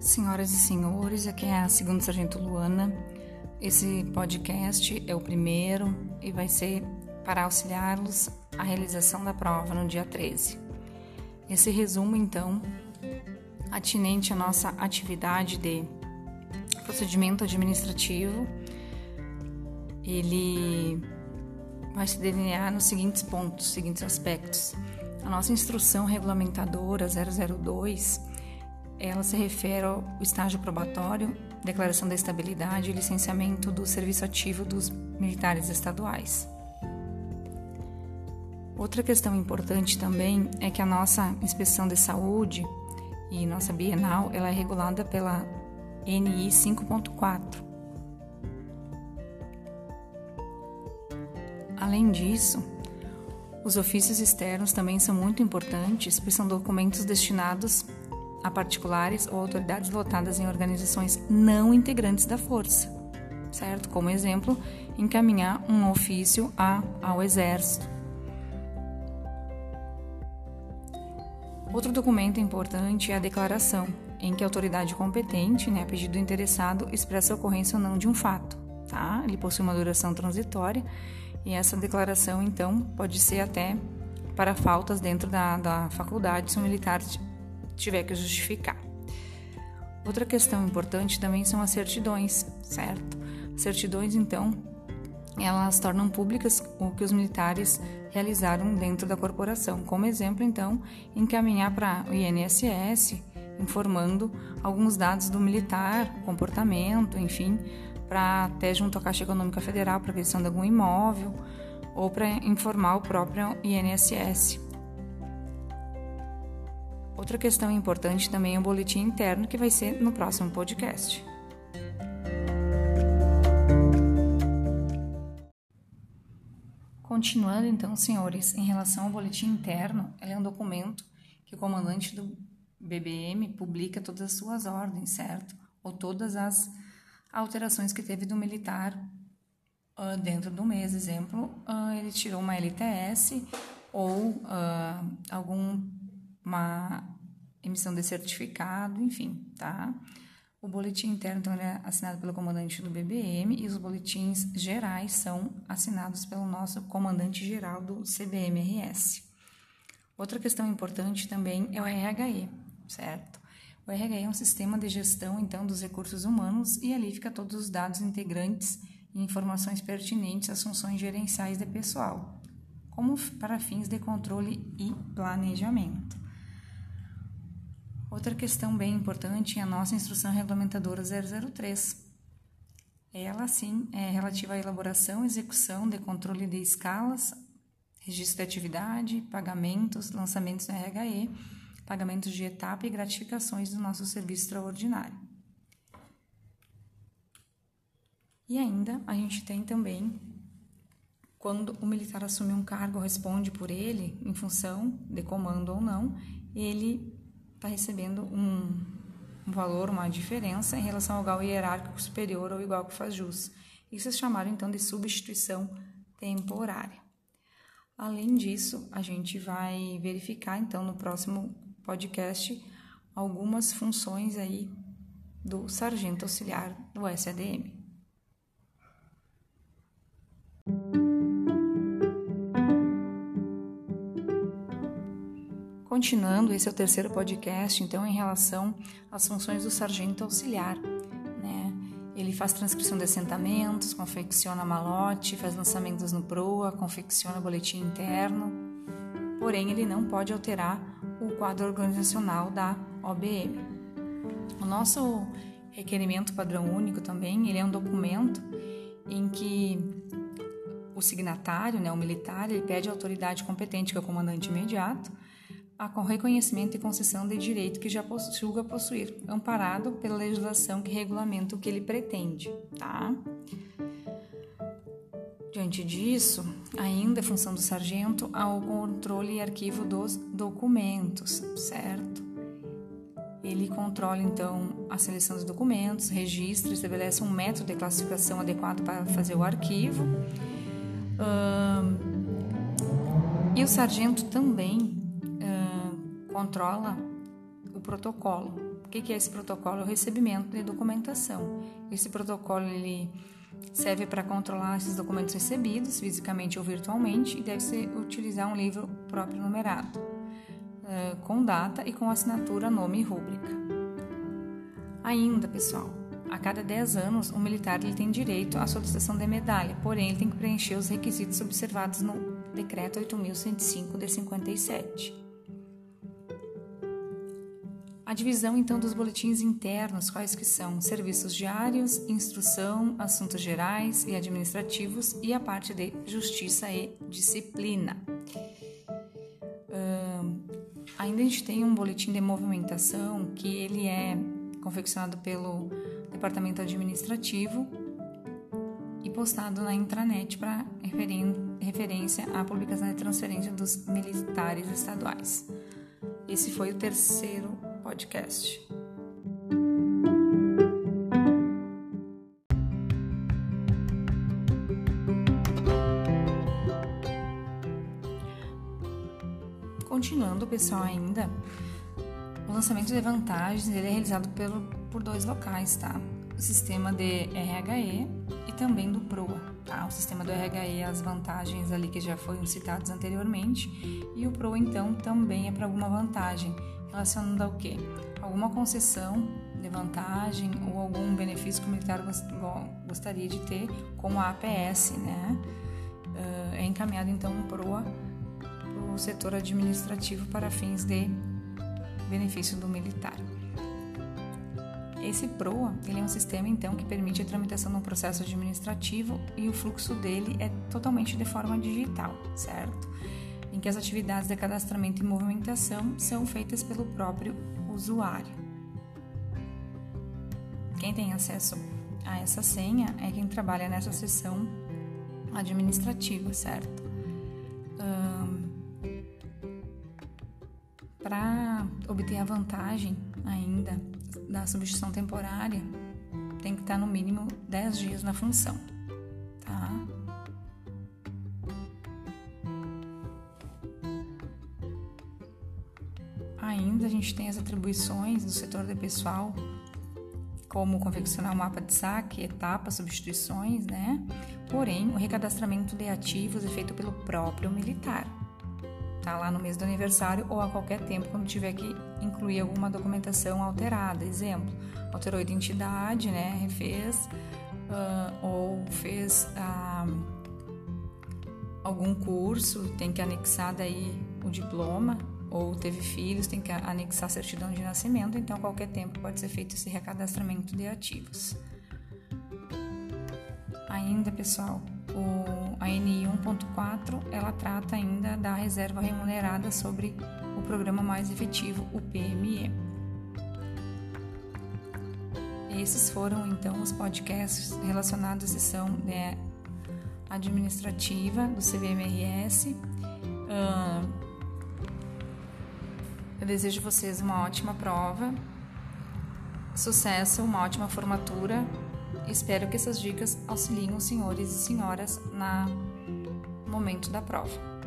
Senhoras e senhores, aqui é a segunda sargento Luana. Esse podcast é o primeiro e vai ser para auxiliá-los à realização da prova no dia 13. Esse resumo, então, atinente à nossa atividade de procedimento administrativo, ele vai se delinear nos seguintes pontos, seguintes aspectos. A nossa instrução regulamentadora 002, ela se refere ao estágio probatório, declaração da estabilidade e licenciamento do serviço ativo dos militares estaduais. Outra questão importante também é que a nossa inspeção de saúde e nossa bienal, ela é regulada pela NI 5.4. Além disso, os ofícios externos também são muito importantes, pois são documentos destinados a particulares ou autoridades lotadas em organizações não integrantes da força, certo? Como exemplo, encaminhar um ofício ao Exército. Outro documento importante é a declaração, em que a autoridade competente, a pedido do interessado, expressa a ocorrência ou não de um fato, tá? Ele possui uma duração transitória e essa declaração, então, pode ser até para faltas dentro da faculdade, se o militar tiver que justificar. Outra questão importante também são as certidões, certo? As certidões, então, elas tornam públicas o que os militares realizaram dentro da corporação. Como exemplo, então, encaminhar para o INSS, informando alguns dados do militar, comportamento, enfim, para até junto à Caixa Econômica Federal para aquisição de algum imóvel ou para informar o próprio INSS. Outra questão importante também é o boletim interno, que vai ser no próximo podcast. Continuando então, senhores, em relação ao boletim interno, ele é um documento que o comandante do BBM publica todas as suas ordens, certo? Ou todas as alterações que teve do militar dentro do mês. Exemplo, ele tirou uma LTS ou uma emissão de certificado, enfim, tá? O boletim interno, então, ele é assinado pelo comandante do BBM e os boletins gerais são assinados pelo nosso comandante-geral do CBMRS. Outra questão importante também é o RHE, certo? O RHE é um sistema de gestão, então, dos recursos humanos e ali fica todos os dados integrantes e informações pertinentes às funções gerenciais de pessoal, como para fins de controle e planejamento. Outra questão bem importante é a nossa instrução regulamentadora 003. Ela, sim, é relativa à elaboração e execução de controle de escalas, registro de atividade, pagamentos, lançamentos no RHE, pagamentos de etapa e gratificações do nosso serviço extraordinário. E ainda a gente tem também, quando o militar assume um cargo, responde por ele, em função de comando ou não, ele está recebendo um valor, uma diferença em relação ao grau hierárquico superior ou igual que faz jus. Isso é chamado, então, de substituição temporária. Além disso, a gente vai verificar, então, no próximo podcast, algumas funções aí do sargento auxiliar do SADM. Continuando, esse é o terceiro podcast, então, em relação às funções do sargento auxiliar, né? Ele faz transcrição de assentamentos, confecciona malote, faz lançamentos no PROA, confecciona boletim interno, porém, ele não pode alterar o quadro organizacional da OBM. O nosso requerimento padrão único também, ele é um documento em que o signatário, o militar, ele pede à autoridade competente, que é o comandante imediato, com reconhecimento e concessão de direito que já julga possuir, amparado pela legislação que regulamenta o que ele pretende, tá? Diante disso, ainda a função do sargento ao controle e arquivo dos documentos, certo? Ele controla, então, a seleção dos documentos, registra, estabelece um método de classificação adequado para fazer o arquivo. E o sargento também controla o protocolo. que é esse protocolo? É o recebimento de documentação. Esse protocolo ele serve para controlar esses documentos recebidos, fisicamente ou virtualmente, e deve-se utilizar um livro próprio numerado, com data e com assinatura, nome e rúbrica. Ainda, pessoal, a cada 10 anos, o militar ele tem direito à solicitação de medalha, porém ele tem que preencher os requisitos observados no Decreto 8.105 de 57. A divisão, então, dos boletins internos, quais que são? Serviços diários, instrução, assuntos gerais e administrativos e a parte de justiça e disciplina. Ainda a gente tem um boletim de movimentação que ele é confeccionado pelo departamento administrativo e postado na intranet para referência à publicação de transferência dos militares estaduais. Esse foi o terceiro podcast. Continuando, pessoal, ainda, o lançamento de vantagens ele é realizado por 2 locais, tá? O sistema de RHE e também do PROA, tá? O sistema do RHE, as vantagens ali que já foram citadas anteriormente, e o PROA, então, também é para alguma vantagem, relacionando ao quê? Alguma concessão de vantagem ou algum benefício que o militar gostaria de ter, como a APS, né? É encaminhado, então, o PROA para o setor administrativo para fins de benefício do militar. Esse PROA, ele é um sistema, então, que permite a tramitação de um processo administrativo e o fluxo dele é totalmente de forma digital, certo? Em que as atividades de cadastramento e movimentação são feitas pelo próprio usuário. Quem tem acesso a essa senha é quem trabalha nessa seção administrativa, certo? Para obter a vantagem ainda da substituição temporária, tem que estar no mínimo 10 dias na função, tá? Ainda a gente tem as atribuições do setor de pessoal, como confeccionar o mapa de saque, etapas, substituições, né? Porém, o recadastramento de ativos é feito pelo próprio militar. Tá lá no mês do aniversário ou a qualquer tempo quando tiver que incluir alguma documentação alterada. Exemplo, alterou a identidade, né? Refez ou fez algum curso, tem que anexar daí o diploma, ou teve filhos, tem que anexar a certidão de nascimento, então a qualquer tempo pode ser feito esse recadastramento de ativos. Ainda, pessoal, a NI 1.4, ela trata ainda da reserva remunerada sobre o programa mais efetivo, o PME. Esses foram, então, os podcasts relacionados à sessão administrativa do CBMRS. Eu desejo a vocês uma ótima prova, sucesso, uma ótima formatura. Espero que essas dicas auxiliem os senhores e senhoras no momento da prova.